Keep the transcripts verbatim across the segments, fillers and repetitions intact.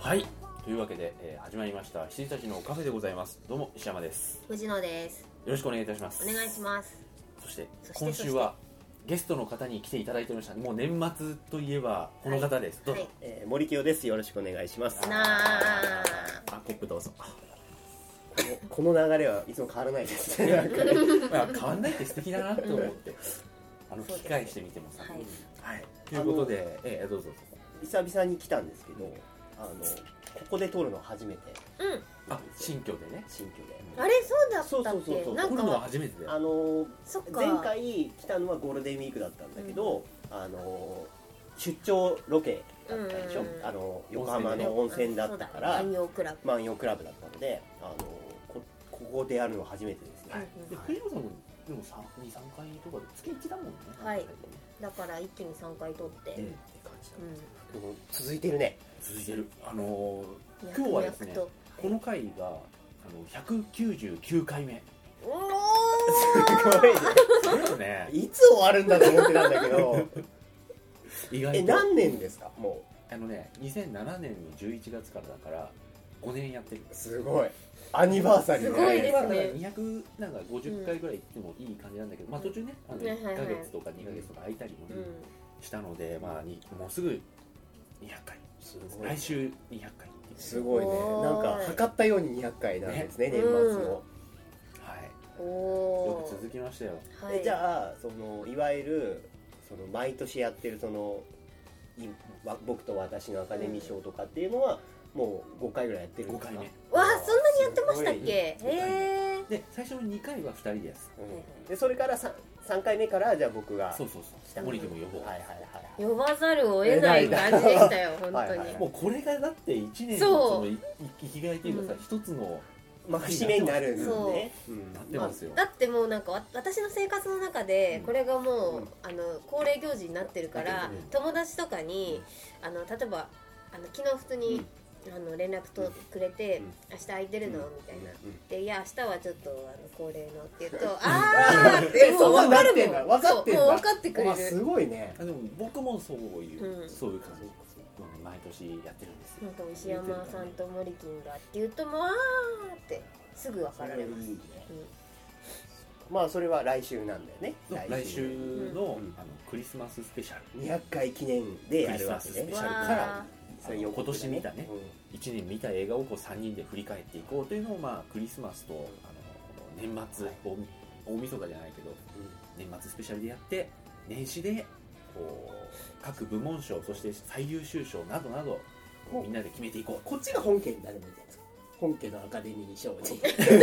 はい、というわけで、えー、始まりました羊たちのカフェでございます。どうも石山です。 藤野です。 よろしくお願いいたします。 お願いします。 そして今週はゲストの方に来ていただいておりました。もう年末といえばこの方です、はい、どうぞ、はい、 えー、森清です。よろしくお願いします。 なああ、コップどうぞ。 この流れはいつも変わらないですね。 まあ、変わんないって素敵だなと思ってあの聞き返してみてもさ、はい、はい、ということで、えー、どうぞ。 久々に来たんですけど、あのここで撮るの初めて。 うん。 あ、新居でね。 新居で。 あれそうだったっけ？ そうそうそうそう。 なんか撮るのは初めてで。 あの前回来たのはゴールデンウィークだったんだけど、うん、あの出張ロケだったでしょ。うん、あの横浜の温泉だったから万葉クラブ。 万葉クラブだったので、あのこここでやるのは初めてですね。 で藤野さんもでもに、さんかいとかで月いちだもんね。 はい。だから一気にさんかい撮って。うん。って感じだ。うん。続いてるね。 続いてる。あのー、今日はですね、この回があのひゃくきゅうじゅうきゅうかいめ。 おお。 すごいね。 すごいね。 いつ終わるんだと思ってたんだけど。 意外と。 え、何年ですか？もう。あのね、にせんななねんのじゅういちがつからだからごねんやってる。 すごい。アニバーサリー。 すごいですね。 にひゃくなんかごじゅっかいぐらい行ってもいい感じなんだけど、うん、まあ途中ね、あのいっかげつとかにかげつとか空いたりもしたので、まあにもうすぐにひゃっかい。すごい。来週にひゃっかい。 すごいね。なんか測ったようににひゃっかいなんですね、ね、年末を、うん、はい。 およく続きましたよ。 はい、じゃあそのいわゆるその毎年やってるその僕と私のアカデミー賞とかっていうのはもうごかいぐらいやってるんですか？ ごかいめ。 わあ、そんなにやってましたっけ？へえ。 で最初のにかいはふたりです、 うん、でそれから 3, さんかいめからじゃあ僕がそうそうそう森君も呼ぼう、 はいはいはい、 呼ばざるを得ない感じでしたよ本当に。はい、はい、 もうこれがだっていちねんのその生きがいというかさ、一、うん、つのまあ、節目になるんですね。 うん、なってますよ。 だってもうなんか私の生活の中でこれがもう、うん、あの恒例行事になってるから、うん、友達とかにあの例えばあの昨日普通に、うん、あの連絡とくれて、うん、明日空いてるの、うん、みたいな、うん、でいや明日はちょっとあの恒例のって言うとあーってもう分かるもん。 分かってんだ。 もう分かってくれる。 あ、すごいね。 あでも僕もそういう、うん、そういう感じ。毎年やってるんですよ。 なんか石山さんと森金がって言うともうあーってすぐ分かられます。いいね、 うん、まあそれは来週なんだよね。 来週の、うん、あのクリスマススペシャルにひゃっかい記念でやるわけね。 スペシャルから今年見たね、うん、いちねん見た映画をこうさんにんで振り返っていこうというのを、まあ、クリスマスとあの年末、はい、大晦日じゃないけど、うん、年末スペシャルでやって年始でこう各部門賞そして最優秀賞などなどみんなで決めていこう。 こっちが本家になるんじゃないですか。本家のアカデミー賞に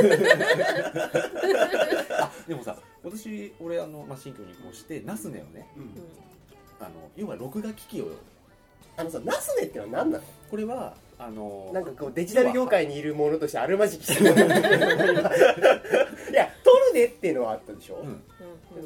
あでもさ今年俺あの、まあ、新居に移行してナスネをね、うん、あの要は録画機器をあのさナスネってのは何なの？これはあのなんかこうデジタル業界にいるものとしてあるまじきしてるいや撮るねっていうのはあったでしょ、うん、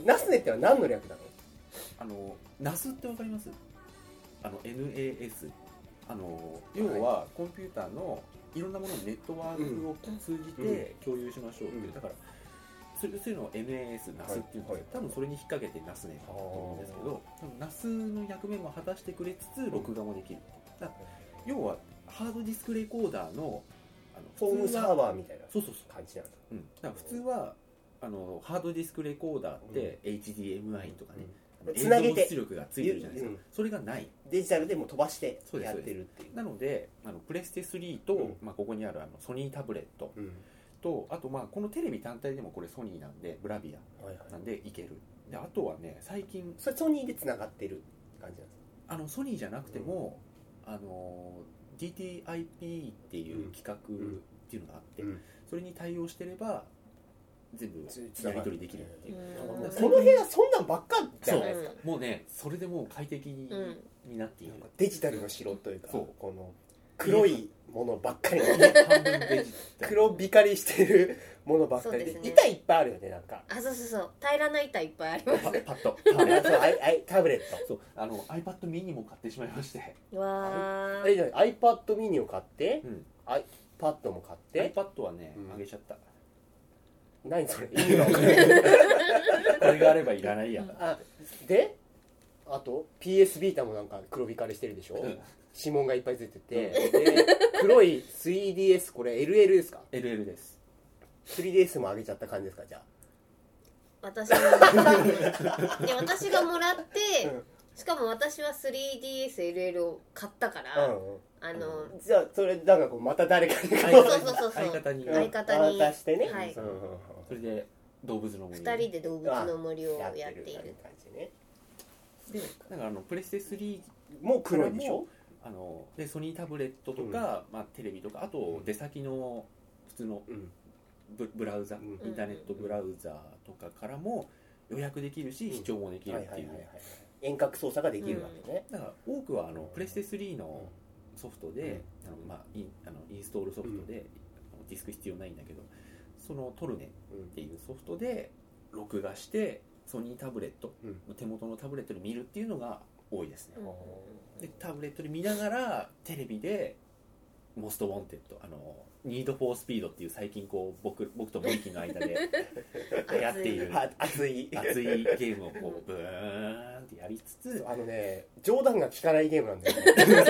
ナスネってのは何の略なの？ あのナスってわかります？あの エヌエーエス あの要はコンピューターのいろんなもののネットワークを通じて共有しましょうっていう、うん、だからそういうのを エヌエーエス ナスっていうんですけど、はいはい、多分それに引っ掛けてナスネだと思うんですけどナスの役目も果たしてくれつつ録画もできる。だから要はハードディスクレコーダーのあのホームサーバーみたいなそうそうそう感じなんだ。 うん、だから普通はあのハードディスクレコーダーって、うん、エイチディーエムアイ とかね、うん、つなげて出力がついてるじゃないですか、うん、それがないデジタルでも飛ばしてやってるっていう。 なのであのプレステスリーと、うんまあ、ここにあるあのソニータブレット、うん、とあとまあこのテレビ単体でもこれソニーなんでブラビアなんでいける、であとはね最近それソニーでつながってる感じなんですか？ あのソニーじゃなくても、うん、あの ディーティーアイピー っていう規格っていうのがあって、うん、それに対応してれば全部やり取りできるっていう、 うん、この部屋そんなんばっかじゃないですか。 もうねそれでもう快適に、うん、になっている。 デジタルの城というかそうこの黒いものばっかり黒光りしてるものばっかり で, で、ね、板いっぱいあるよね。なんかあそうそうそう平らな板いっぱいありますパッドタブレットそうあの iPad mini も買ってしまいましてわーえ iPad mini を買って、うん、iPad も買って iPad はね、うん、あげちゃった。 何それ意味が分かんないこれがあればいらないやあであと ピーエス ビータもなんか黒光りしてるでしょ、うん、 指紋がいっぱいついててで黒い スリーディーエス これ エルエル ですか？ エルエル です。 スリーディーエス も上げちゃった感じですか？じゃあ私がいや私がもらって、 うんしかも私は スリーディーエスエルエル を買ったから、うん、あのじゃあそれなんかこうまた誰かにそうそうそうそう相方に相方に渡してね、 はい、 それで動物の森ふたりで動物の森をやっている感じね。 でなんかあのプレステスリーもう黒いでしょ。 あのでソニータブレットとか、うんまあ、テレビとかあと出先の普通の ブ, ブラウザ、うん、インターネットブラウザとかからも予約できるし、うん、視聴もできるっていう、 遠隔操作ができるわけね、 うん、だから多くはあのプレステスリーのソフトで、うんあのまあ、インあのインストールソフトで、うん、ディスク必要ないんだけどそのトルネっていうソフトで録画してソニータブレット、うん、手元のタブレットで見るっていうのが多いですね、うん、でタブレットで見ながらテレビでモストウォンテッドあのニードフォースピードっていう最近こう 僕, 僕とモリキの間でやっている熱い熱いゲームをこうブーンってやりつつあのね冗談が効かないゲームなんだよね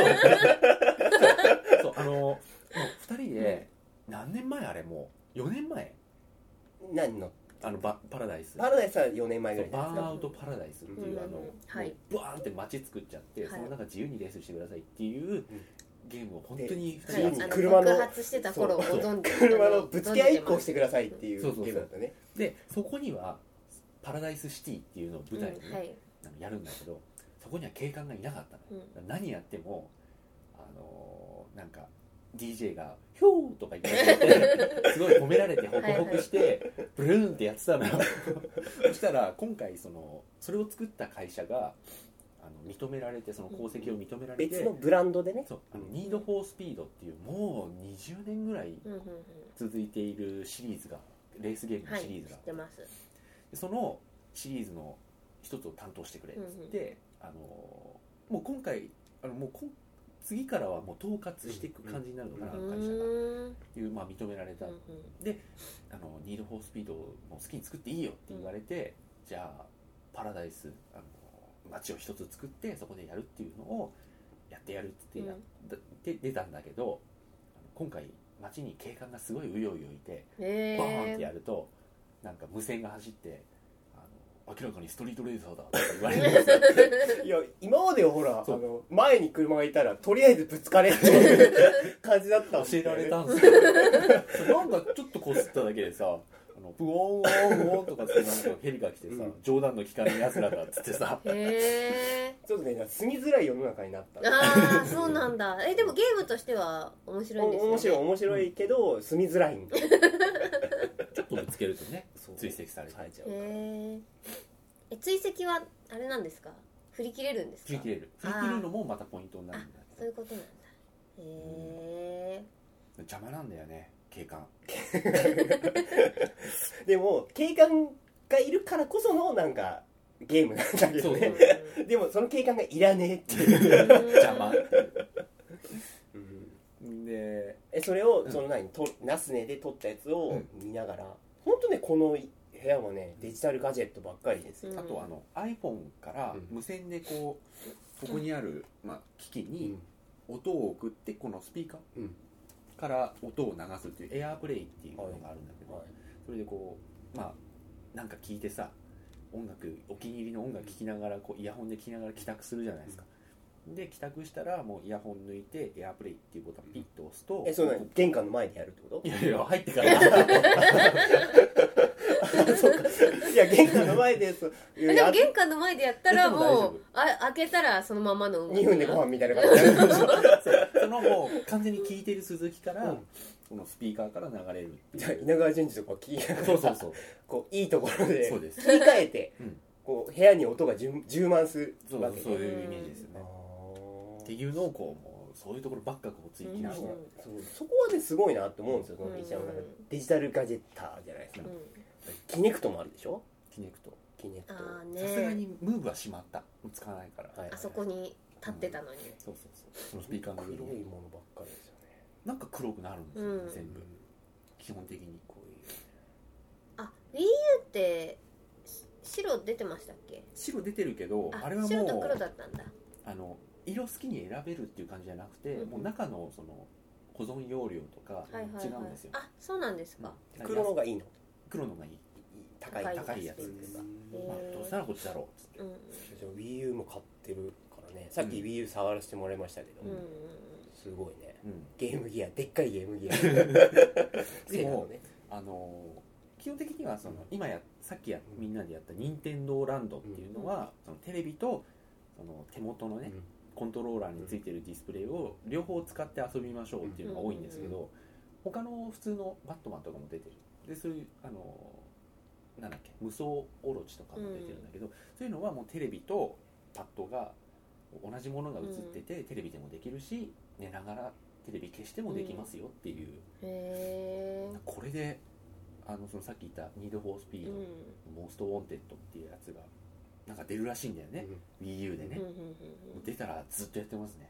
そうあのもうふたりで何年前あれもうよねんまえ何のあのバパラダイスパラダイスはよねんまえぐらいバーンアウトパラダイスっていう、うん、あの、 はい、 バーンって街作っちゃって、はい、その中自由にレースしてくださいっていう、うんゲームを本当にふたりで車の爆発してた頃をご存知車のぶつけ合いっこをしてくださいっていうゲームだったね。 でそこにはパラダイスシティっていうのを舞台に、ねうんはい、やるんだけどそこには警官がいなかったの、うん、何やってもあのー、なんか ディージェー がヒョーとか言ってすごい褒められてホクホクしてブルーンってやってたのよそしたら今回そのそれを作った会社があの認められてその功績を認められて別のブランドでねそうあのニードフォースピードっていうもうにじゅうねんぐらい続いているシリーズがレースゲームのシリーズが、 はい、知ってます。 でそのシリーズの一つを担当してくれって言って、うんうん、あのもう今回あのもうこ次からはもう統括していく感じになるのかな、うんうん、会社がっていう、まあ、認められた、うんうん、であのニードフォースピードを好きに作っていいよって言われて、うん、じゃあパラダイスあの街を一つ作ってそこでやるっていうのをやってやるってやって出たんだけど今回街に警官がすごいうようよいてバーンってやるとなんか無線が走ってあの明らかにストリートレーサーだとか言われるんですよいや今まではほらあの前に車がいたらとりあえずぶつかれっていう感じだったんですよ、ね、教えられたんですよなんかちょっとこすっただけでさあのブオーンブオーンブオーンとかってなんかヘリが来てさ、うん、冗談の聞かないやつらだっつってさへちょっとね住みづらい世の中になったああそうなんだえでもゲームとしては面白いんですよね面白い面白いけど、うん、住みづらいんだちょっとぶつけるとね追跡されちゃうからへえ追跡はあれなんですか振り切れるんですか振り切れる振り切るのもまたポイントになるんだそういうことなんだへえ、 うん、邪魔なんだよね警官でも警官がいるからこそのなんかゲームなんだけどねでもその警官がいらねえっていう邪魔、うん、でえそれをその何、うん、とナスネで撮ったやつを見ながら、うん、本当ねこの部屋はねデジタルガジェットばっかりです、 うん、あとあの iPhone から無線でこう、うん、ここにある、まあ、機器に音を送ってこのスピーカー、うんから音を流すっていうエアープレイっていうのがあるんだけど、はいはい、それでこうまあなんか聞いてさ音楽お気に入りの音楽聴きながらこうイヤホンで聴きながら帰宅するじゃないですか、うん、で帰宅したらもうイヤホン抜いてエアープレイっていうボタンピッと押すとえそうなの玄関の前でやるってこといやいや入ってからそうかいや玄関の前ででも玄関の前でやったらもうあ開けたらそのままのにふんでご飯みたいな感じになるそのもう完全に聞いてる鈴木から、うん、このスピーカーから流れるじゃあ稲川淳二とか聞きながらそうそうそうこういいところでそうです切り替えて、うん、こう部屋に音が充満するわけでそういうイメージですよねっていうのをこうもうそういうところばっかこう追記ながら、うん、 そうそこはねすごいなって思うんですよ、うん、そのデジタルガジェッターじゃないですか、うんキネクトもあるでしょキネクトキネクトさすがにムーブはしまった使わないから、 はい、あそこに立ってたのに、うん、 そうそうそうそのスピーカーの上に黒いものばっかりですよねなんか黒くなるんですよ、ねうん、全部基本的にこういうあ Wii U って白出てましたっけ白出てるけどあ, あれはもう白と黒だったんだあの色好きに選べるっていう感じじゃなくて、 うん、 もう中のその保存容量とか違うんですよ、はいはいはい、 あ、そうなんですか、 うん、黒のがいいの？ 黒のがいい、 高い高いやつですか、まあ、どうしたらこっちだろうっつって、うん、 じゃあ Wii U も買ってるからね、さっき Wii U 触らせてもらいましたけど、うん、すごいね、うん、ゲームギア、でっかいゲームギアでも、ね、あのー、基本的にはその、うん、今やさっきやみんなでやった任天堂ランドっていうのは、うん、そのテレビとその手元のね、うん、コントローラーについてるディスプレイを両方使って遊びましょうっていうのが多いんですけど、他の普通のバットマンとかも出てる。でそういうあのなんだっけ無双オロチとかも出てるんだけど、うん、そういうのはもうテレビとパッドが同じものが映ってて、うん、テレビでもできるし寝ながらテレビ消してもできますよっていう、うん、へー、これであのそのさっき言ったニードフォースピード、うん、モーストウォンテッドっていうやつがなんか出るらしいんだよね、うん、Wii U でね、うん、出たらずっとやってますね、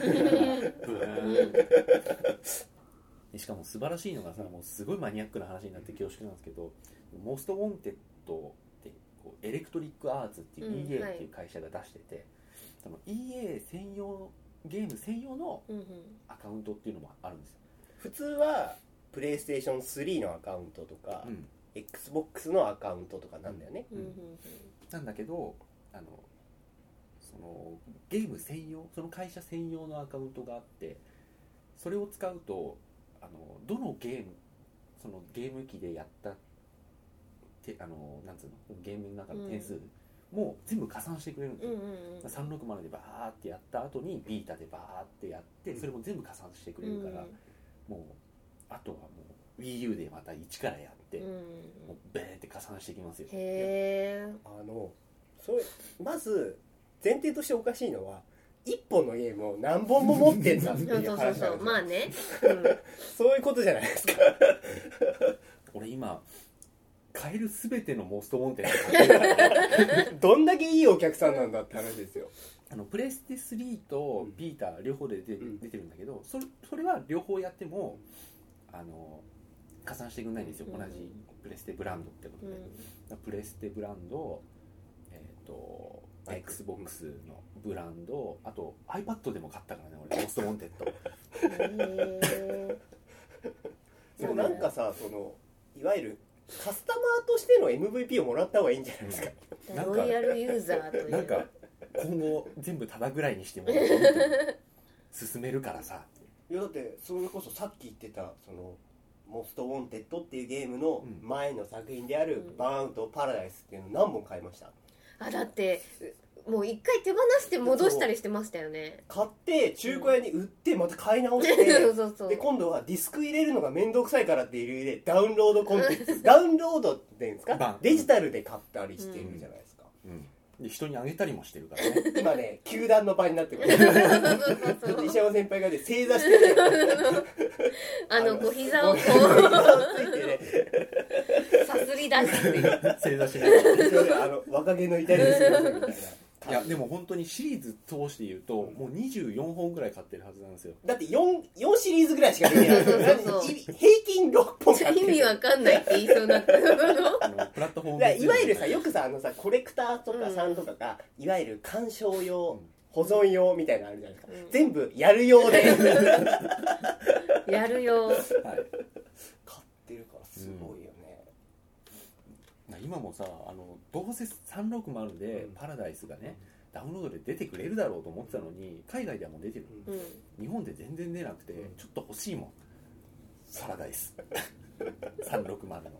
うん、しかも素晴らしいのがさ、もうすごいマニアックな話になって恐縮なんですけど、モーストウォンテッドってこうエレクトリックアーツっていう イーエー っていう会社が出してて、うん、はい、その イーエー 専用ゲーム専用のアカウントっていうのもあるんですよ。 普通はプレイステーションスリーのアカウントとか、うん、Xbox のアカウントとかなんだよね、うんうんうん、 なんだけどあのそのゲーム専用、その会社専用のアカウントがあって、それを使うとあのどのゲーム、そのゲーム機でやったてあのなんつうのゲームの中の点数も全部加算してくれるんですよ、うんうんうん、さんびゃくろくじゅうでバーってやった後にビータでバーってやってそれも全部加算してくれるから、うん、もうあとはもう Wii U でまた一からやって、うん、もうベーって加算してきますよ。 へー、 あのそれまず前提としておかしいのはいっぽんのゲームを何本も持ってんだっていう話なんですよ。 まあね、 うん、そういうことじゃないですか俺今買えるすべてのモーストウォンテッドどんだけいいお客さんなんだって話ですよ。 あのプレステスリーとビータ両方で出て、うん、出てるんだけど、それ、それは両方やってもあの加算してくれないんですよ、うん、同じプレステブランドってことで、うん、プレステブランド、えーと、Xbox のブランド、あと iPad でも買ったからね俺モーストウォンテッドでもなんかさ、そのいわゆるカスタマーとしての エムブイピー をもらった方がいいんじゃないですか、 うん、なんかロイヤルユーザーというなんか今後全部タダぐらいにしてもらう進めるからさ。 いやだってそれこそさっき言ってたそのモーストウォンテッドっていうゲームの前の作品であるバーンアウトパラダイスっていうの何本買いました？ あ、だってもう一回手放して戻したりしてましたよね。 買って中古屋に売ってまた買い直して、うん、そうそう、で今度はディスク入れるのが面倒くさいからっていう理由でダウンロードコンテンツダウンロードっていうんですか、デジタルで買ったりしてるじゃないですか、 うんうん、で人にあげたりもしてるからね今ね球団の場になってくるちょっと石山先輩がね正座してねあのこう膝をこうついてねさすり出して正座しながらあの若気の至りですよみたいな。 いやでも本当にシリーズ通して言うともうにじゅうよんほんぐらい買ってるはずなんですよ。 だって 4, 4シリーズぐらいしかできないそうそうそう平均ろっぽん買ってる。 意味わかんないって言いそうになったプラットフォームいわゆるさ、よくさあのさコレクターとかさんとかが、うん、いわゆる鑑賞用、うん、保存用みたいなのあるじゃないですか、うん、全部やる用でやる用、はい、買ってるからすごいよね、 うん、今もさあのどうせさんびゃくろくじゅうでパラダイスがね、うん、ダウンロードで出てくれるだろうと思ってたのに海外ではもう出てる、うん、日本で全然出なくて、うん、ちょっと欲しいもんパラダイスさんびゃくろくじゅうの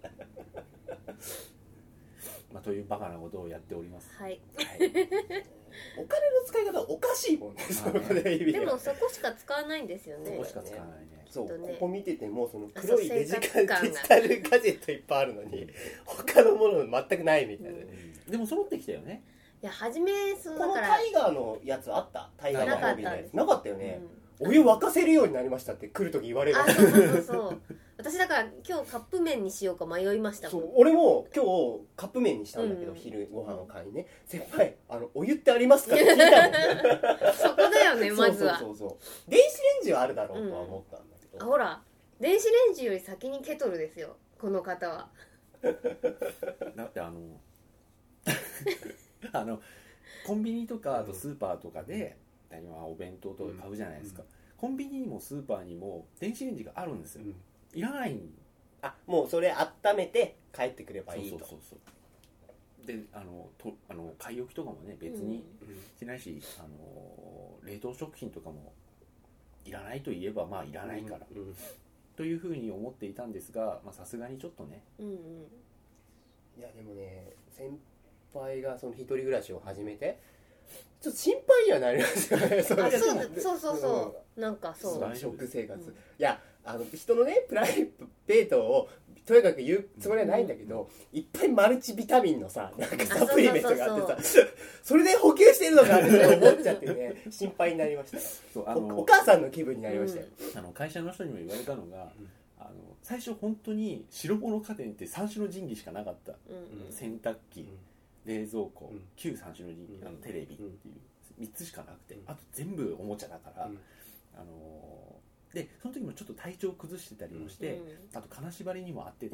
まあというバカなことをやっております。 はい、はい、 お金の使い方おかしいもんね。そこででもそこしか使わないんですよね。 そこしか使わないね。 そう、ね、ここ見ててもその黒いデジカルデジタルガジェットいっぱいあるのに他のもの全くないみたいな、ね、 うん、でも揃ってきたよね。 いや初めそうだからこのタイガーのやつあった？タイガーのホビーのやつなかったよね、うん、お湯沸かせるようになりましたって来るとき言われる。 あ、そうそうそう私だから今日カップ麺にしようか迷いましたもん。 そう俺も今日カップ麺にしたんだけど、うん、昼ご飯を買いね、先輩あのお湯ってありますかって聞いたのそこだよねまずは。 そうそうそうそう電子レンジはあるだろうとは思ったんだけど、 うん、あほら電子レンジより先にケトルですよこの方は。 だってあのあのコンビニとかあとスーパーとかで、 ったりお弁当とか買うじゃないですか、うん、コンビニにもスーパーにも電子レンジがあるんですよ、うん、いらないんあもうそれ温めて帰ってくればいいと。 そうそうそうそうであのとあの買い置きとかもね別にしないし、うん、あの冷凍食品とかもいらないといえばまあいらないから、うんうん、というふうに思っていたんですがさすがにちょっとね、 うんうん、いやでもね先輩がその一人暮らしを始めてちょっと心配にはなりますよね。 そ, そうそうそうそう、うん、なんかそう食生活、うん、いやあの人のねプライベートをとにかく言うつもりはないんだけど、うん、いっぱいマルチビタミンのさなんかサプリメントがあってさそれで補給してるのかって思っちゃってね心配になりました。そうあの お, お母さんの気分になりましたよ、 うん、あの会社の人にも言われたのが、うん、あの最初本当に白物家電って三種の神器しかなかった、うん、洗濯機、うん冷蔵庫、うん、旧三種の神器、うん、あのテレビっていうみっつしかなくて、うん、あと全部おもちゃだから、うん、あのー、でその時もちょっと体調崩してたりもして、うん、あと金縛りにもあってた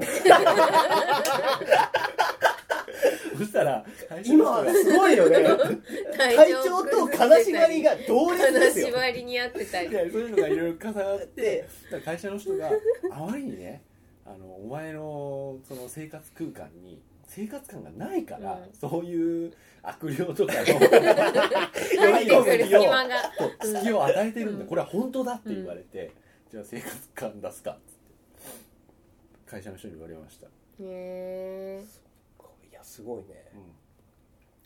そしたら今すごいよね体調と金縛りが同列ですよ。 金縛りにあってたりそういうのがいろいろ重なって会社の人があまりにねあのお前のその生活空間に生活感がないから、うん、そういう悪霊とかの入ってくる隙間が隙を与えてるんだ、うん、これは本当だって言われて、うん、じゃあ生活感出すかっつって会社の人に言われました。へえいやすごいね、うん、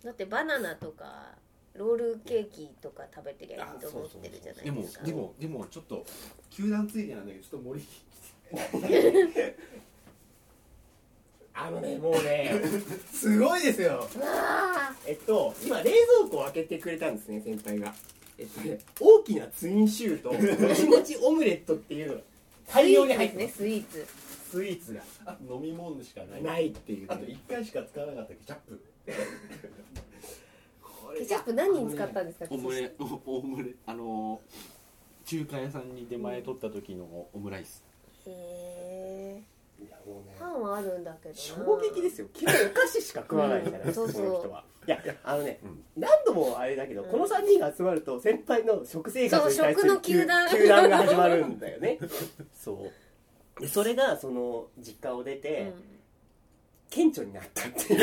だってバナナとかロールケーキとか食べてりゃいいと思ってるじゃないですか。 でもでもでもちょっと球団ついてなんだけどちょっと森あのねもうねすごいですよ。えっと今冷蔵庫を開けてくれたんですね先輩が。えっとね大きなツインシューともちもちオムレットっていうのが大量に入ってます。 スイーツスイーツがあと飲み物しかないないっていう、ね、 あといっかいしか使わなかったケチャップケチャップ何人使ったんですか。 オムレオムレあの中華屋さんに出前取った時のオムライス。 へえいやもうね、 パンはあるんだけど衝撃ですよ。基本お菓子しか食わないから、うん、そうそうこの人は。いやあのね、うん、何度もあれだけど、うん、このさんにんが集まると先輩の食生活に対する食の球団球団が始まるんだよね。そうでそれがその実家を出て、うん、顕著になったって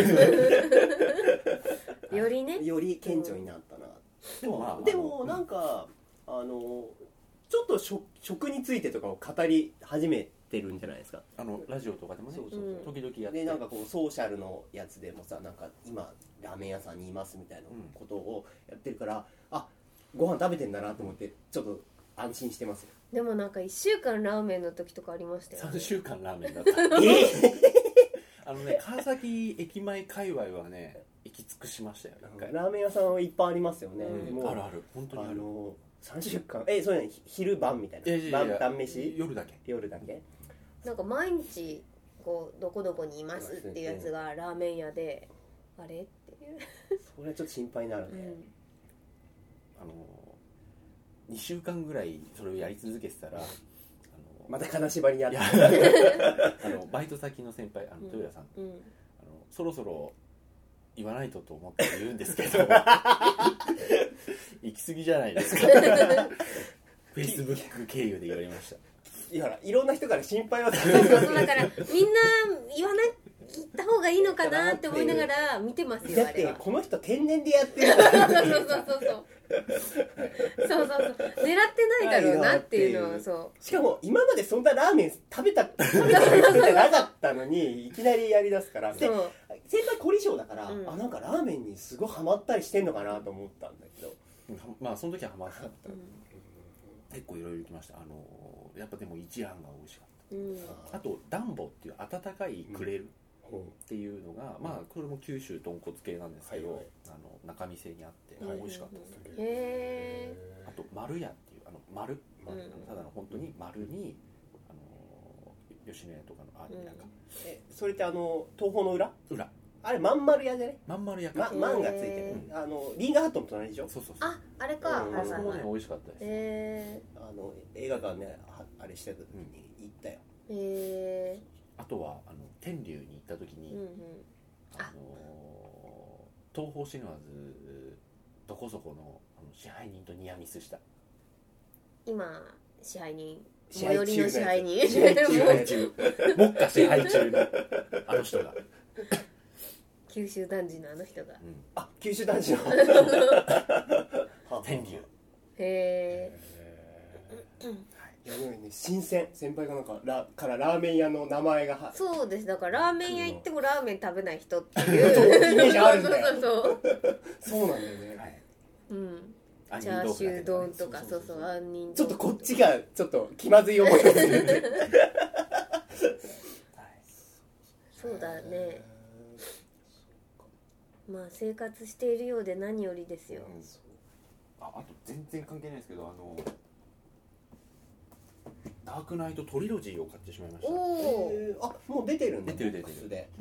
いうよりねより顕著になったな、うん、でも、まあ、でもなんかあのちょっと 食, 食についてとかを語り始めてるんじゃないですか。 あのラジオとかでもね、そうそうそう時々やってでなんかこうソーシャルのやつでもさなんか今ラーメン屋さんにいますみたいなことをやってるから、うん、あご飯食べてんだなと思ってちょっと安心してますよ。 でもなんかいっしゅうかんラーメンの時とかありましたよね。 さんしゅうかんラーメンだったえあのね川崎駅前界隈はね行き尽くしましたよ。 ラーメン屋さんいっぱいありますよね、 うん、もうあるある本当にある。あのさんしゅうかんえそういうの昼晩みたいな。いやいやいや晩飯夜だけ夜だけなんか毎日こうどこどこにいますっていうやつがラーメン屋であれっていうそれはちょっと心配になるね、うん、 あのにしゅうかんぐらいそれをやり続けてたらあのまた金縛りにあったあのバイト先の先輩あの豊谷さん、うんうん、あのそろそろ言わないとと思って言うんですけど行き過ぎじゃないですかフェイスブック経由で言われました。 いやいろんな人から心配はそうそうそうだからみんな言わない言った方がいいのかなって思いながら見てますよ。 だってこの人天然でやってるからそうそうそうそうそうそう狙ってないだろうなっていうのはそうしかも今までそんなラーメン食べた食べた人じゃなかったのにいきなりやりだすからで先輩凝り性だから、うん、あなんかラーメンにすごいハマったりしてんのかなと思ったんだけど、 うん、まあその時はハマった、うん、結構いろいろ来ました。あのやっぱでも一蘭が美味しかった、うん、あとダンボっていう温かいクレルっていうのが、うん、まあこれも九州豚骨系なんですけど、はいはい、あの中見世にあって美味しかったです、うん、へーあと丸屋っていうあの丸、丸うん、ただの本当に丸にあの吉野家とかのあるやか、うん、 えそれってあの東宝の裏裏あれまん丸屋じゃねまん丸屋か、 ま、マンがついてる、あのリンガーハットの隣でしょ。 そうそうそうああれか、 うん、あそこもね美味しかったです。 へーあの映画館ねあれしてた時に行ったよ。 へーあとはあの天竜に行った時に、うんうん、あの東宝シネマズどこそこのの支配人とニアミスした。 今支配人支配中最寄りの支配人支配中支配中目下支配中のあの人が九州男児のあの人が、 うん、 あ九州男児の天竜。 へえ。 いやでもね、新鮮。先輩がなんかラからラーメン屋の名前がはそうです。だからラーメン屋行ってもラーメン食べない人っていうイメージあるんだよ。 そうそうそうなんだよね、 はい、 そう、うん、 杏チャーシュー丼とか、 仁そうそう杏仁丼ちょっとこっちがちょっと気まずい思いをするそうだね。まあ生活しているようで何よりですよ、 うん、あ, あと全然関係ないですけど、あのダークナイトトリロジーを買ってしまいました。 おお、 えー、あもう出てるんだ。 出てる出てるで、 うん、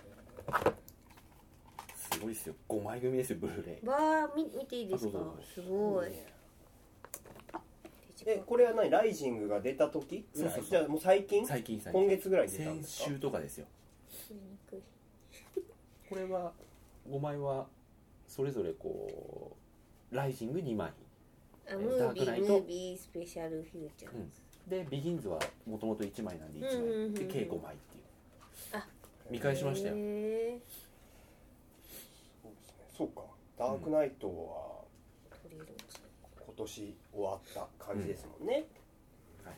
すごいですよ。ごまい組ですよ、ブルーレイ。 わあ、見見ていいですか。すごい。 えこれは何、ライジングが出た時？ そうそうそう。 じゃあもう最近？ 最近最近。 今月ぐらいに出たんですか？ 先週とかですよ。これはごまいはそれぞれこうライジングにまい、 あムービームービースペシャルフューチャー、 うん、でビギンズはもともといちまいなんでいちまい、うんうんうん、で計ごまいっていう。あ、見返しましたよ。 へー、 そうですね。そうか。ダークナイトは今年終わった感じですもんね。 うん、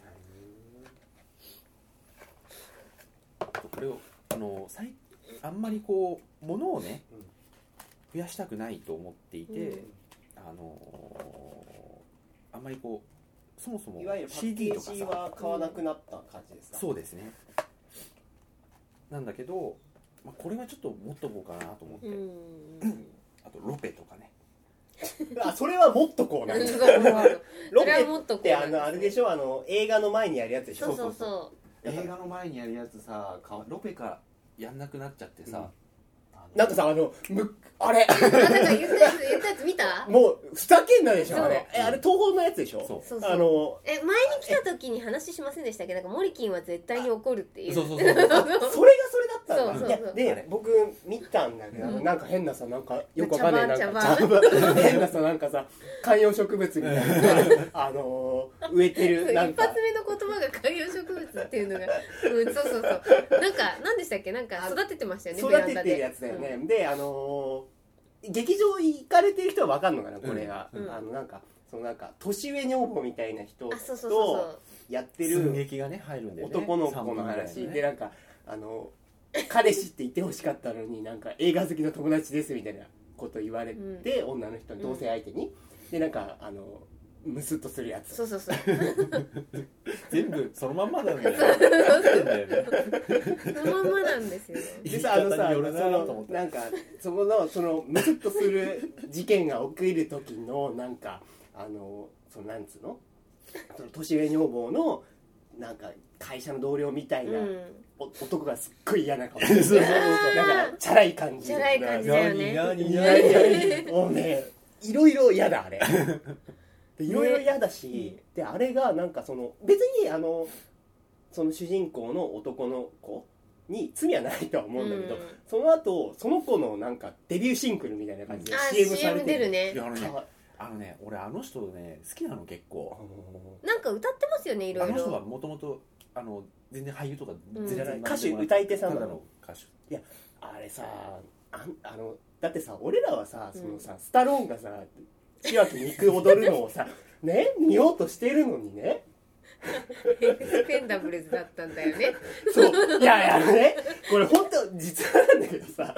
はいはい。これをあの最あんまりこう物をね、うん、増やしたくないと思っていて、うん、あのー、あんまりこうそもそも シーディー とかさ、 いわゆるパッケージは買わなくなった感じですか？ そうですね。なんだけど、まあ、これはちょっと持っとこうかなと思って、うん、あとロペとかね。 あ、それはもっとこうなんだ。ロペってあのあれでしょ、あの映画の前にやるやつでしょ。 そうそうそう。 映画の前にやるやつさ、ロペからやんなくなっちゃってさ、うん、 なんかさ、あのむあれあ、なんか言ったやつ言ったやつ見た？ もうふざけんなでしょあれ。え、あれ東宝のやつでしょ。 そうそうそう。 あのえ、前に来た時に話しませんでしたっけ？なんかモリキンは絶対に怒るっていう。 そうそうそうそう。 それがそれだったんだ。 そうそうそう。 いやで僕見たんだけど、うん、なんか変なさ、なんかよくわかんないなんか変なさ、なんかさ観葉植物みたいなあのー、植えてるなんか一発目の言葉が観葉植物っていうのが、うん、そうそうそう。なんか何でしたっけ？なんか育ててましたよね。 育ててるやつだよね。うん、であのー、劇場行かれてる人はわかんのかなこれが、うんうん、あのなんかそのなんか年上女房みたいな人とやってる寸劇がね入るんで、ね、 男の子の話で、なんかあの彼氏って言ってほしかったのになんか映画好きの友達ですみたいなこと言われて、うん、女の人に同性相手に、でなんかあのムスッとするやつ。 そうそうそう。 全部そのまんまなんだよ。 そのまんまなんですよ。 でさ、あのさ、そのなんかそこのそのムスッとする事件が起きる時のなんかあのそのなんつうの、その年上女房のなんか会社の同僚みたいな、うん、男がすっごい嫌な顔してる。なんかチャラい感じ。 チャラい感じだよね。 もうね、いろいろ嫌だあれ。いろいろ嫌だし、ね、であれがなんかその別にあのその主人公の男の子に罪はないとは思うんだけど、うん、その後その子のなんかデビューシングルみたいな感じで シーエム されてる。 出るね。 いやあのね、あのね、俺あの人ね好きなの結構。 なんか歌ってますよね、いろいろ。 あの人はもともとあの全然俳優とか全然、うん、 歌手歌い手さんなの。 歌手。 いやあれさ、ああのだってさ俺らはさ、そのさ、うん、スタローンがさ千秋肉踊るのをさね見ようとしてるのにね。 エクスペンダブルズだったんだよね。 そういやいやね、これ本当実はなんだけどさ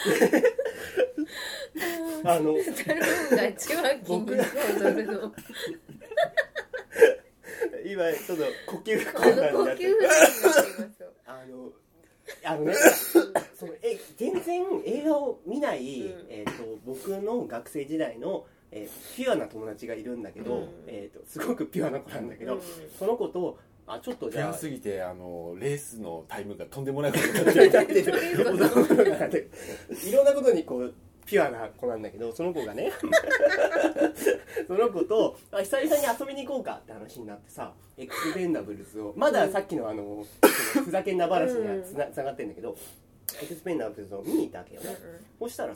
あのスタローンが千秋肉踊るの今ちょっと呼吸困難になってる。あのあのねそのえ全然映画を見ない、うん、えー、と僕の学生時代の、えー、ピュアな友達がいるんだけど、うん、えー、とすごくピュアな子なんだけど、うん、その子とあちょっとじゃあピュアすぎてあのレースのタイムがとんでもないことになってるいろんなことにこうピュアな子なんだけど、その子がねその子とあ久々に遊びに行こうかって話になってさ、エクスペンダブルズをまださっきのあのふざけんな話にはつながってんだけど、エクスペンダブルズを見に行ったわけよね。そしたらさ、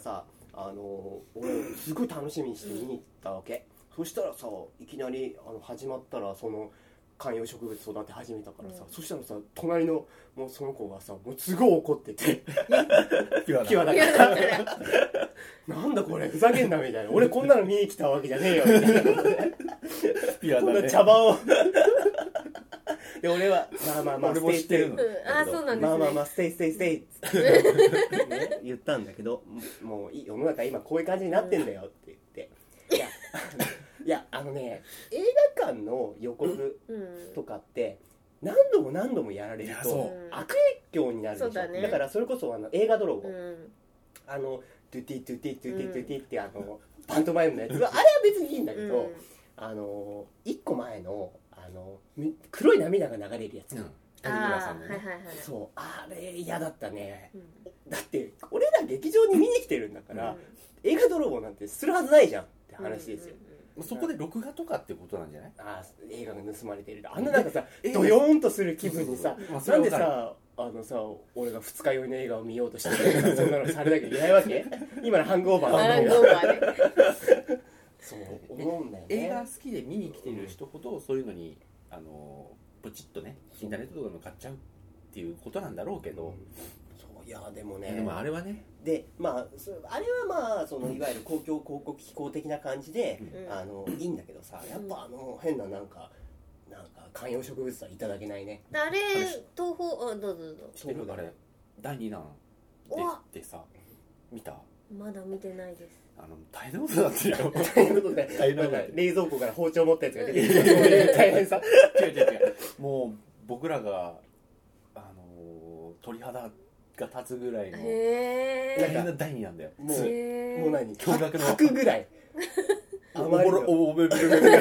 あの俺すごい楽しみにして見に行ったわけ、うん、そしたらさいきなりあの始まったらその観葉植物育て始めたからさ、うん、そしたらさ隣のもうその子がさもうすごい怒っててピュアだからなんだこれふざけんなみたいな俺こんなの見に来たわけじゃねえよみたいなことでピュアだね、こんな茶番をで俺はまあまあまあ俺も知ってるの、 うん、あそうなんですね、 まあまあまあステイステイステイってね、言ったんだけどもう世の中今こういう感じになってんだよって言って、うん、いやいやあのね映画館の予告とかって何度も何度もやられると悪影響になるでしょ、だね、だからそれこそあの映画泥棒、うん、あのドゥティドゥティドゥティドゥティってあのパントマイムのやつはあれは別にいいんだけど、うん、あのいっこまえのあの黒い涙が流れるやつ、うん、 あ、ね、はいはいはい、 そうあれ嫌だったね、うん、だって俺ら劇場に見に来てるんだから、うん、映画泥棒なんてするはずないじゃんって話ですよ、うんうんうん、そこで録画とかってことなんじゃない？ あ映画が盗まれてるあんななんかさドヨーンとする気分にさ、まあ、なんでさあのさ俺が二日酔いの映画を見ようとしてるそんなのされなきゃいけないわけ今のハングオーバーハングオーバーでそう思うんだよね。 映画好きで見に来てる人ほどそういうのにあのポチッとねインターネットとかでも買っちゃうっていうことなんだろうけど、うん、 そういやでもねでもあれはねでまああれはまあそのいわゆる公共広告機構的な感じで、うん、あのいいんだけどさやっぱあの変ななんかなんか観葉植物はいただけないね。 あれ東宝あどうぞどうぞ知ってるあれだいにだんでってさ見た？ まだ見てないです。 あの大変なことになってるよ大変なことで冷蔵庫から包丁持ったやつが出てきて大変さ違う違う違うもう僕らがあの鳥肌が立つぐらいの大変な第二なんだよ。 もうもう何驚愕の吐くぐらいおぼろおべべべべべ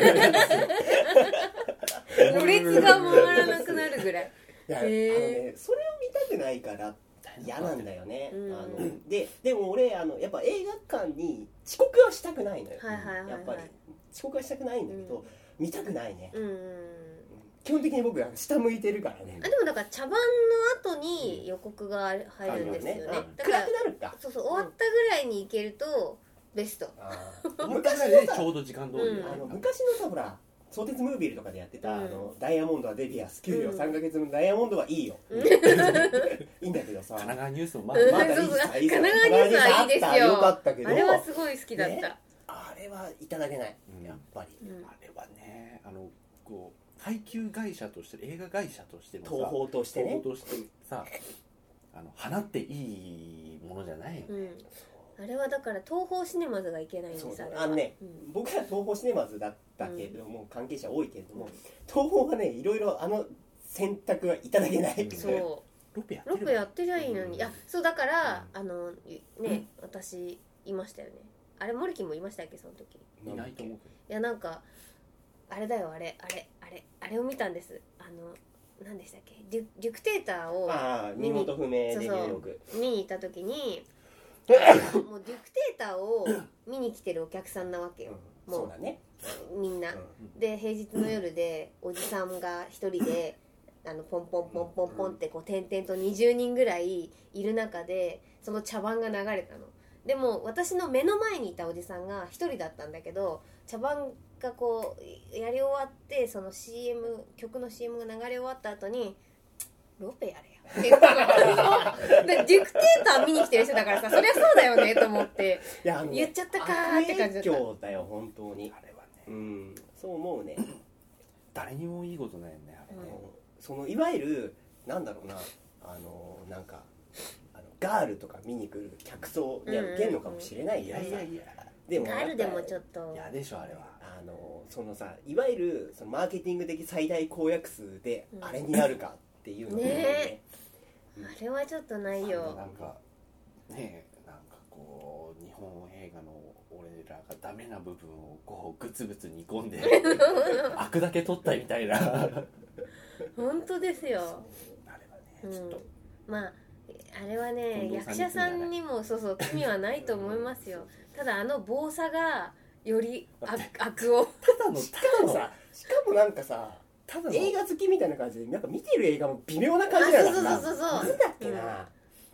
ろれつが回らなくなるぐらい。 いやあのねそれを見たくないから嫌なんだよね、うん、あのででも俺あのやっぱ映画館に遅刻はしたくないのよ、はいはいはいはい、やっぱり遅刻はしたくないんだけど、うん、見たくないね、うん、基本的に僕は下向いてるからね。 あでもだから茶番の後に予告が入るんですよね、うん、ねだから暗くなるかそうそう終わったぐらいに行けるとベスト。 あ昔のさちょうど時間通り、 うん、あの昔のさほら相鉄ムービーとかでやってた、うん、あのダイヤモンドはデビアス給料さんかげつのダイヤモンドはいいよ、うん、いいんだけどさ神奈川ニュースもまだ、 まだいい神奈川ニュースはいいですよ。 よかったけどあれはすごい好きだった、ね、 あれはいただけない、うん、やっぱり、 うん、あれはねあのこう配給会社として映画会社としてのさ東宝としてね東宝としてさあの放っていいものじゃないよね、うんあれはだから東宝シネマズがいけないんです。 そうあのね、うん、僕は東宝シネマズだったけれども、うん、関係者多いけれども、うん、東宝はねいろいろあの選択はいただけない、うん、 そうロペやロペやってりゃいいのに、うん、いやそうだから、うん、あのね私いましたよね。あれ森木もいましたっけその時。 いないと思うけど。 いやなんかあれだよあれあれあれあれを見たんです。あの何でしたっけデュデュクテーターを見に身元不明で入力見に行った時にもうデュクテーターを見に来てるお客さんなわけよ、 うん、もうそうだねみんな、うん、で平日の夜でおじさんが一人であのポンポンポンポンポンってこう点々とにじゅうにんぐらいいる中でその茶番が流れたの。でも私の目の前にいたおじさんが一人だったんだけど茶番がこうやり終わってその シーエム 曲の シーエム が流れ終わった後にロペやれやって言ったからデュクテーター見に来てる人だからさそりゃそうだよねと思っていや言っちゃったかーって感じだった。 悪影響だよ本当にあれはね、 うん、そう思うね誰にもいいことないよねあれね、 うん、そのいわゆるなんだろうなあのなんかあのガールとか見に来る客層には受けるのかもしれないよ、 うんうんうん、いやいやいやでもガールでもちょっと嫌でしょあれは。 あのそのさいわゆるそのマーケティング的最大公約数であれになるかっていうのをね、 ねうん、あれはちょっとないよ。 なんかねえなんかこう日本映画の俺らがダメな部分をこうグツグツ煮込んで悪だけ取ったみたいな本当ですよ。 あれはねちょっと、 うん、まああれはね役者さんにもそうそう罪はないと思いますよただあの暴さがより悪をただのしかもさしかもなんかさ映画好きみたいな感じでなんか見てる映画も微妙な感じだからそうそうそうそうなんだっけな、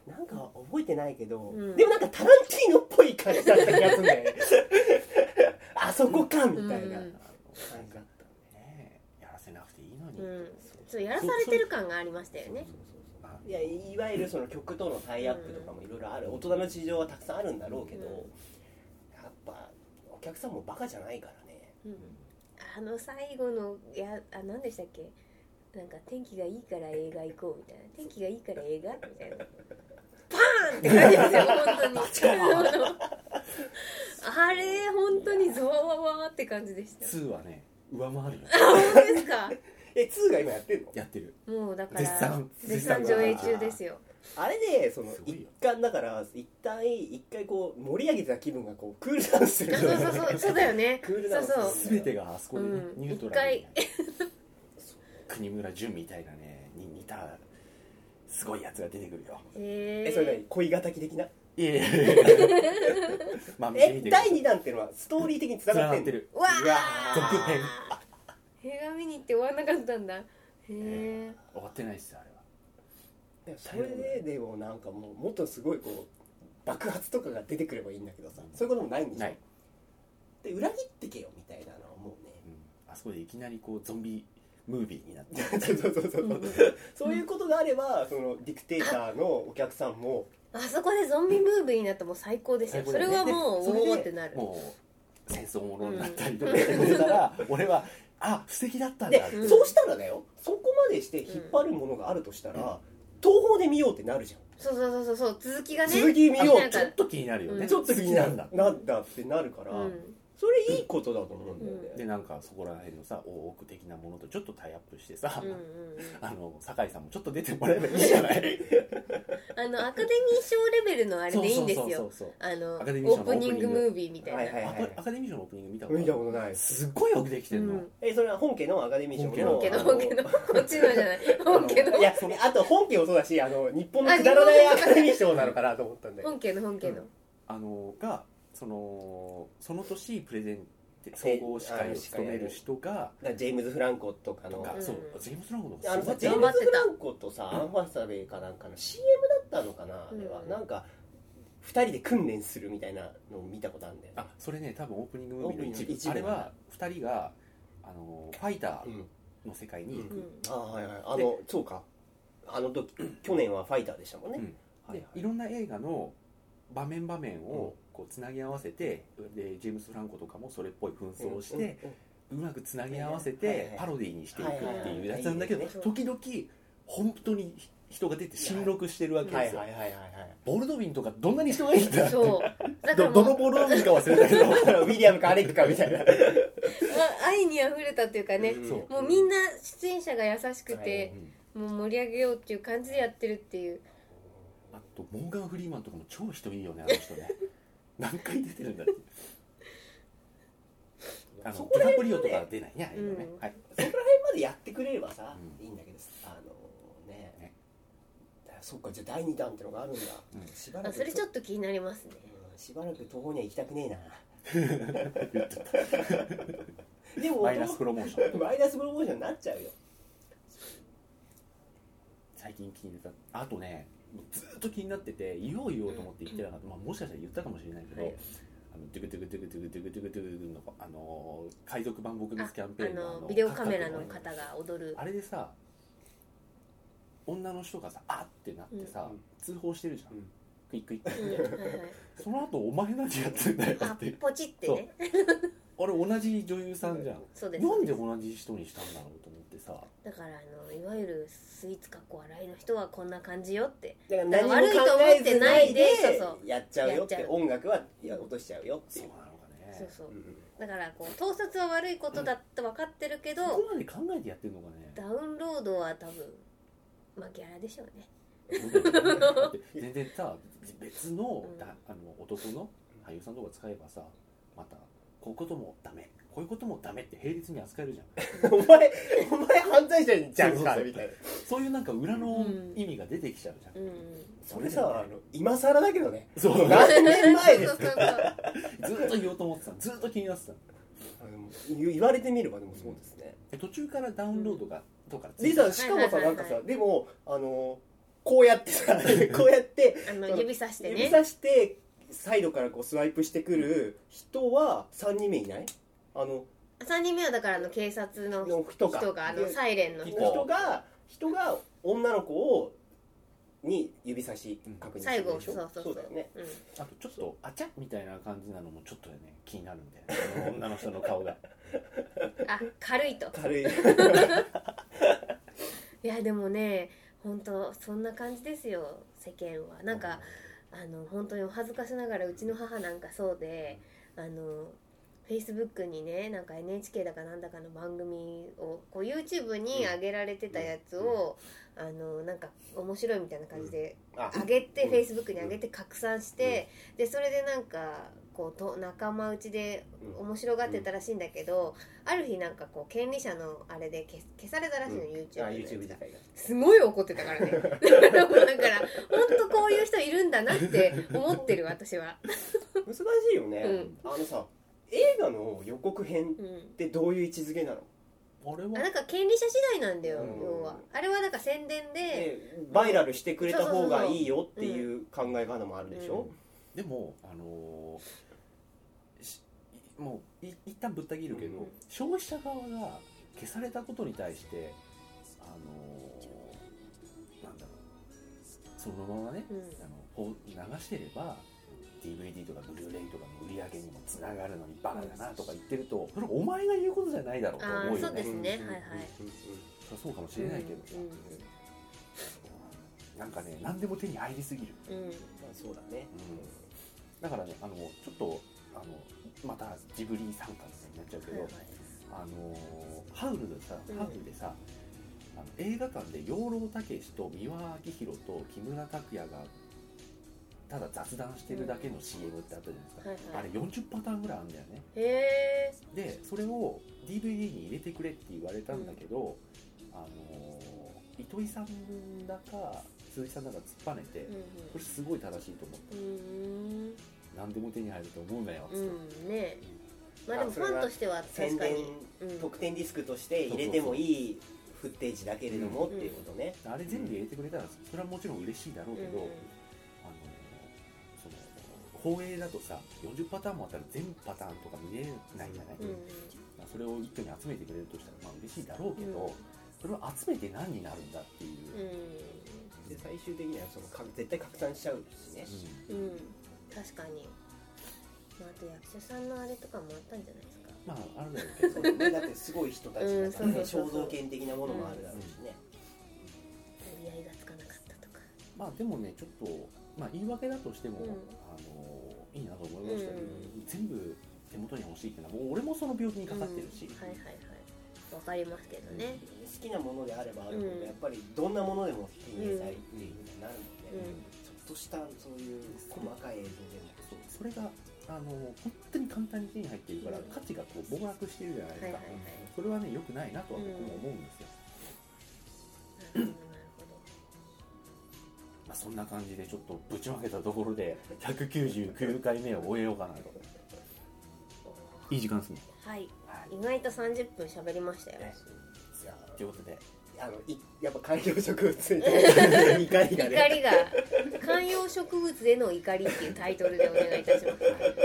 なんか覚えてないけど、 うん、 でもなんかタランティーノっぽい感じだった気がするんだよねあそこかみたいな、うん、なんかねやらせなくていいのに、 うん、そうやらされてる感がありましたよね。 いやいわゆるその曲とのタイアップとかもいろいろある、大人の事情はたくさんあるんだろうけど、うん、やっぱお客さんもバカじゃないからね、 うん、あの最後のやあ何でしたっけ、なんか天気がいいから映画行こうみたいな、天気がいいから映画みたいなパーンって感じですよ本当にあれ本当にゾワワワって感じでした。 ツーはね上回るよあ本当ですかえツーが今やってんの？ やってる、 もうだから絶賛絶賛上映中ですよ。 あれでその一貫だから一旦一回こう盛り上げてた気分がこうクールダウンするそうそうそうそうだよねクールダウンするそうそう全てがあそこで、ねうん、 ニュートラルに、ね、国村淳みたいなねに似たすごいやつが出てくるよ。 えー、 えそれ何恋敵的な？ いやいやいやまあ見てみてえだいにだんっていうのはストーリー的につながってんの？ るうわ続編映画見に行って終わんなかったんだ。へえ終わってないっすあれは。 それででもなんかもうもっとすごいこう爆発とかが出てくればいいんだけどさ、そういうこともないんでしょ。 ないで裏切ってけよみたいなのはもうね、 うん、あそこでいきなりこうゾンビムービーになってそうそうそうそう、うん、そういうことがあればそのディクテーターのお客さんもあそこでゾンビムービーになったらもう最高ですよ。それはもうおおってなる。 もう戦争ものになったりとかしてくれたら、うん、俺はあ素敵だったんだで、うん、そうしたらだよ、そこまでして引っ張るものがあるとしたら、うん、東宝で見ようってなるじゃん。 そうそうそうそう続きがね、 続き見ようちょっと気になるよね、 うん、ちょっと気になるんだなんだってなるから、うん、それいいことだと思うんだよね、 うん、でなんかそこら辺のさ大奥的なものとちょっとタイアップしてさ、うんうんうん、あの酒井さんもちょっと出てもらえばいいじゃないあのアカデミー賞レベルのあれでいいんですよ。あのオープニングムービーみたいな、はいはいはい、 アカデミー賞のオープニング見たこと見たことない。 すっごいよくできてんの、うん、 えそれは本家のアカデミー賞の本家の本家のこっちのじゃない本家のいやあと本家もそうだし、あの日本のくだらないアカデミー賞なのかなと思ったんだよ。 本家の本家の、うん、 あのがそのその年プレゼン総合司会を務める人がジェームズ・フランコとかの、 うん、そうジェームズ・フランコとかあのさジェームズ・フランコとさ、うん、アンファサベイかなんかの シーエム だったのかな、あれは、うん、なんかふたりで訓練するみたいなのを見たことあるんだよね。 あそれね多分オープニングムービーの一部、一部あれはふたりがあのファイターの世界に行く、うんうん、 あはいはいあのそうかあの時去年はファイターでしたもんね、うんはいはい、でいろんな映画の場面場面をこうつなぎ合わせて、でジェームス・フランコとかもそれっぽい紛争をして、うまくつなぎ合わせてパロディにしていくっていうやつなんだけど、時々本当に人が出て新録してるわけですよ。ボルドウィンとかどんなに人がいるんだってど, どのボルドウィンか忘れたけどウィリアムかアレックかみたいな愛にあふれたっていうかね、うん、もうみんな出演者が優しくて、はい、もう盛り上げようっていう感じでやってるっていう。 あとモーガン・フリーマンとかも超人いいよねあの人ね何回出てるんだってあのディカプリオとか出ないね、うん、ね、はい、 そこら辺までやってくれればさ、うん、いいんだけどあのねねそっかじゃあだいにだんってのがあるんだ、うん、しばらくそれちょっと気になりますね、 うん、しばらく東宝には行きたくねえなでもマイナスプロモーションマイナスプロモーションになっちゃうよ。 最近気になったあとねずっと気になってて言おう言おうと思って言ってなかった、まあ、もしかしたら言ったかもしれないけど、はい、あのドゥクドゥクドゥクドゥクドゥクドゥクドゥクのあの海賊版撲滅キャンペーン の, あのビデオカメラの方が踊るあれでさ女の人がさあってなってさ、うん、通報してるじゃん、うん、クイックイックって、うんはいはい、その後お前何やってんだよってポチってねあれ同じ女優さんじゃん、 そうですなんで同じ人にしたんだろうと思ってさ。 だからあのいわゆるスイーツかっこ笑いの人はこんな感じよってだから何も考えてないでやっちゃうよって音楽は落としちゃうよっていう。 そうなのかね。 そうそう、うん、だからこう盗撮は悪いことだって分かってるけど、うん、 そこまで考えてやってるのかね。 ダウンロードは多分まあギャラでしょうね全然さ別の、うん、だあの男の俳優さんとか使えばさまたこういうこともダメこういうこともダメって並列に扱えるじゃんお前お前犯罪者じゃんかみたいなそういうなんか裏の意味が出てきちゃうじゃん、うんうん、 それさあの今更だけどねそう何年前ですかずっと言おうと思ってたずっと気になってた言われてみればでもそうですね、 うん、途中からダウンロードが、うん、とかでさしかもさなんかさでもあのこうやってさこうやってあの指さしてね指さしてサイドからこうスワイプしてくる人はさんにんめいない？あのさんにんめはだからあの警察のの人が人があのサイレンの人人が人が女の子をに指差し確認するでしょ、 最後そうそうそうだよね、 うん、 あとちょっとあちゃみたいな感じなのもちょっとね気になるんだよねその女の人の顔があ軽いと軽いいやでもね本当そんな感じですよ世間はなんかあの本当にお恥ずかしながらうちの母なんかそうであのフェイスブックにねなんか エヌエイチケー だかなんだかの番組をこう YouTube に上げられてたやつを、うん、あのなんか面白いみたいな感じで上げて、うん、フェイスブックに上げて拡散して、うん、でそれでなんかこうと仲間内で面白がってたらしいんだけど、うん、ある日なんかこう権利者のあれで 消, 消されたらしいの、うん、YouTube のやつがすごい怒ってたからねだからだから本当こういう人いるんだなって思ってる私は難しいよね、うん、あのさ映画の予告編ってどういう位置づけなの？ あれはあなんか権利者次第なんだよ、うん、要はあれはなんか宣伝で、 ね、バイラルしてくれた方がいいよっていう考え方もあるでしょ、 うん、でもあのー、もうい一旦ぶった切るけど、うん、消費者側が消されたことに対してあのー、なんだろうそのままね、うん、あの流してればディーブイディー とかブルーレイとかの売り上げにもつながるのにバカだなとか言ってるとそれお前が言うことじゃないだろうと思うよね。 そうですね、はいはい、 そうかもしれないけどさ、うんうん、なんかね何でも手に入りすぎる、 うん、そうだね、 うん、だからねあのちょっとあのまたジブリ参加になっちゃうけど、はいはい、あのハウルでさ、うん、ハウルでさあの映画館で養老孟司と三輪明宏と木村拓哉がただ雑談してるだけの シーエム ってあったじゃないですか、はいはい、あれよんじゅうパターンぐらいあるんだよね。 へー。 でそれを ディーブイディー に入れてくれって言われたんだけど、うん、あの糸井さんだか鈴木さんだか突っぱねて、うんうん、これすごい正しいと思った、うん、何でも手に入ると思うなよっつって、 うん、ねまあでもファンとしては確かに、 うん、特典ディスクとして入れてもいいフッテージだけれども、うん、っていうことね、 あれ全部入れてくれたらそれはもちろん嬉しいだろうけど、うん、放映だとさよんじゅうパターンもあったら全パターンとか見れないじゃない、うん、それを一挙に集めてくれるとしたらまあ嬉しいだろうけど、うん、それを集めて何になるんだっていう、 うん、で最終的にはその絶対拡散しちゃうしね、 うんうん、確かに、まあ、あと役者さんのあれとかもあったんじゃないですか。 まああるだろうけどねだってすごい人たちだからね肖像権的なものもあるだろうしね、 折り合いがつかなかったとか。 まあでもねちょっとまあ言い訳だとしても、うん、あのいいなと思いましたけど、うん、全部手元に欲しいっていうのはもう俺もその病気にかかってるし、 うん、はいはいはいわかりますけどね、 うん、好きなものであればあるほど、うん、やっぱりどんなものでも手に入れたいっていう風になるので、うん、ちょっとしたそういう細かい映像でもそれがあの本当に簡単に手に入っているから、うん、価値がこう暴落してるじゃないですか、はいはいはい、それはね良くないなとは僕も思うんですよ、うんまあ、そんな感じでちょっとぶちまけたところでひゃくきゅうじゅうきゅうかいめを終えようかなと。いい時間ですね。 はい、はい、意外とさんじゅっぷん喋りましたよ。 ということであのいやっぱ観葉植物に怒りがね怒りが観葉植物への怒りっていうタイトルでお願いいたします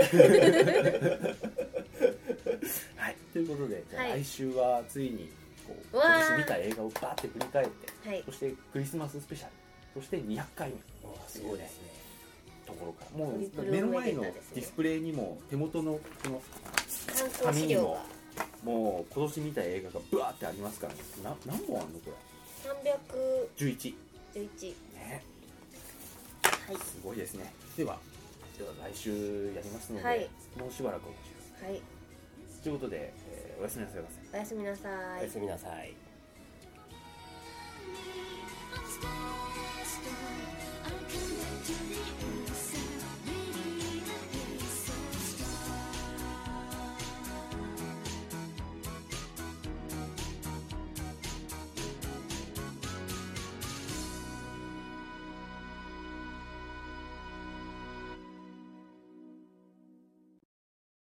はいということでじゃあ来週はついにこう今年見た映画をバーって振り返って、はい、そしてクリスマススペシャルそしてにひゃっかいめすごいですねところからもう目の前のディスプレイにも手元のこの紙にももう今年見た映画がブワーってありますからね。な何本あるのこれ？ さんびゃくじゅういち。 じゅういち。 ね。 はい。 すごいですね。では、では来週やりますので、はい、もうしばらくお待ちください。はい。ということで、えー、おやすみなさいませ。 おやすみなさい。 おやすみなさい。